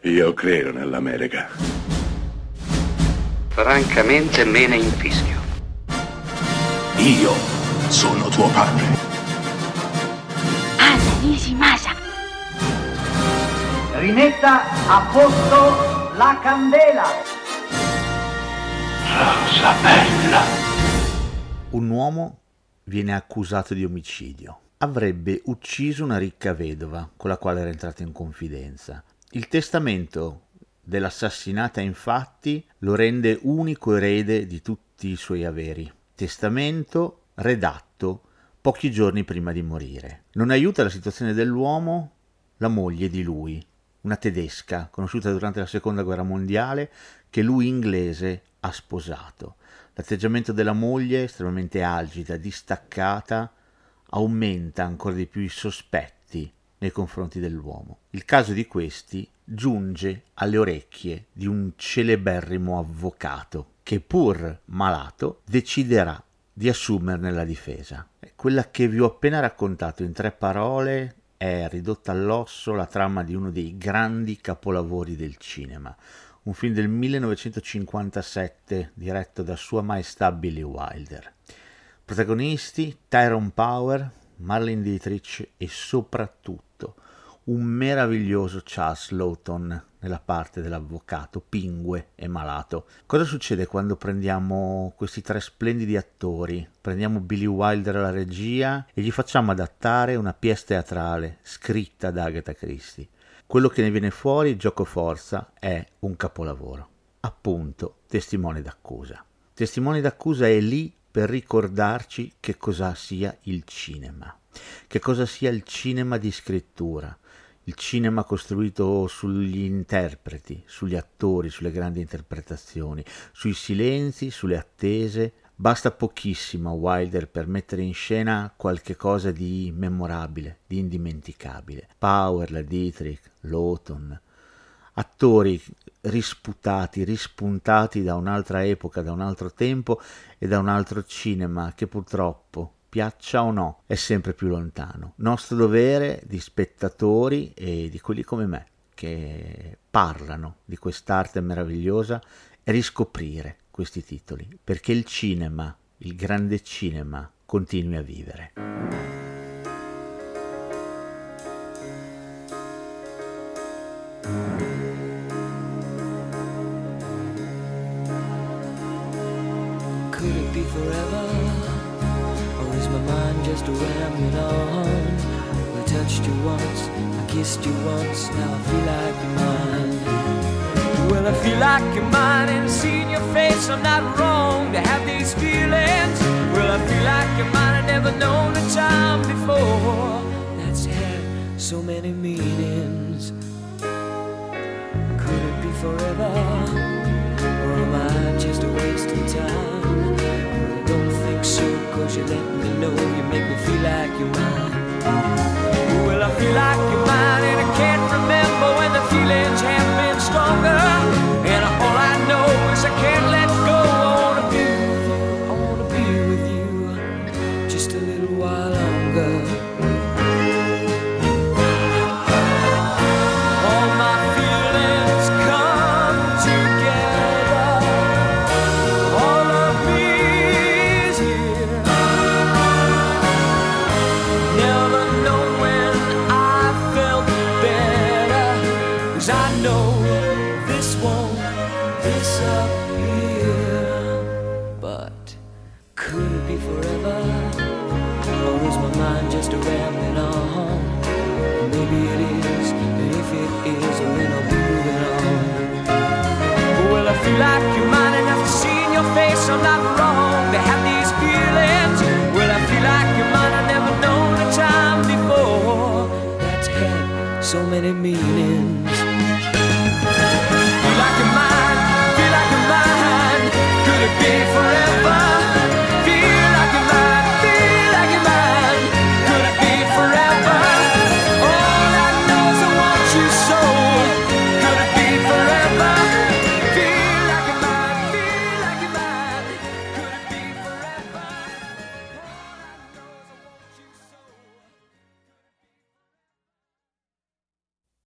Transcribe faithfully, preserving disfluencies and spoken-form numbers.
Io credo nell'America. Francamente me ne infischio. Io sono tuo padre. Anna Nishimasa. Rimetta a posto la candela. Rosa bella. Un uomo viene accusato di omicidio. Avrebbe ucciso una ricca vedova con la quale era entrato in confidenza. Il testamento dell'assassinata infatti lo rende unico erede di tutti i suoi averi. Testamento redatto pochi giorni prima di morire. Non aiuta la situazione dell'uomo la moglie di lui, una tedesca conosciuta durante la seconda guerra mondiale che lui inglese ha sposato. L'atteggiamento della moglie, estremamente algida, distaccata, aumenta ancora di più i sospetti nei confronti dell'uomo. Il caso di questi giunge alle orecchie di un celeberrimo avvocato che, pur malato, deciderà di assumerne la difesa. Quella che vi ho appena raccontato in tre parole è ridotta all'osso la trama di uno dei grandi capolavori del cinema, un film del millenovecentocinquantasette diretto da Sua Maestà Billy Wilder. Protagonisti Tyrone Power, Marlene Dietrich e soprattutto un meraviglioso Charles Lawton nella parte dell'avvocato pingue e malato. Cosa succede quando prendiamo questi tre splendidi attori, prendiamo Billy Wilder alla regia e gli facciamo adattare una pièce teatrale scritta da Agatha Christie? Quello che ne viene fuori, gioco forza, è un capolavoro. Appunto, Testimone d'accusa. Testimone d'accusa è lì per ricordarci che cosa sia il cinema, che cosa sia il cinema di scrittura, il cinema costruito sugli interpreti, sugli attori, sulle grandi interpretazioni, sui silenzi, sulle attese. Basta pochissimo a Wilder per mettere in scena qualche cosa di memorabile, di indimenticabile. Power, la Dietrich, Lawton, attori risputati, rispuntati da un'altra epoca, da un altro tempo e da un altro cinema che purtroppo, piaccia o no, è sempre più lontano. Nostro dovere di spettatori e di quelli come me che parlano di quest'arte meravigliosa è riscoprire questi titoli, perché il cinema, il grande cinema, continui a vivere. Could it be forever? Or is my mind just rambling on? I touched you once, I kissed you once, now I feel like you're mine. Well, I feel like you're mine and seeing your face, I'm not wrong to have these feelings. Well, I feel like you're mine, I've never known a time before that's had so many meanings. Could it be forever? Or am I just a wasting time? Well, I don't think so, cause you let me know, you make me feel like you're mine. Well, I feel like you're mine and I can't remember when the feelings have been stronger. And all I know is I can't let go. I wanna be with you, I wanna be with you just a little while longer. All my feelings come together. All of me is here. Never know when I felt better, 'cause I know this won't disappear. But could it be forever? Or is my mind just a rambling on? Maybe it is, and if it is, then I'll be moving on. Well, I feel like you're mine enough to see in your face I'm not wrong to have these feelings. Well, I feel like you're mine, I've never known a time before that's had so many meanings. Feel like you're mine, feel like you're mine. Could it be forever?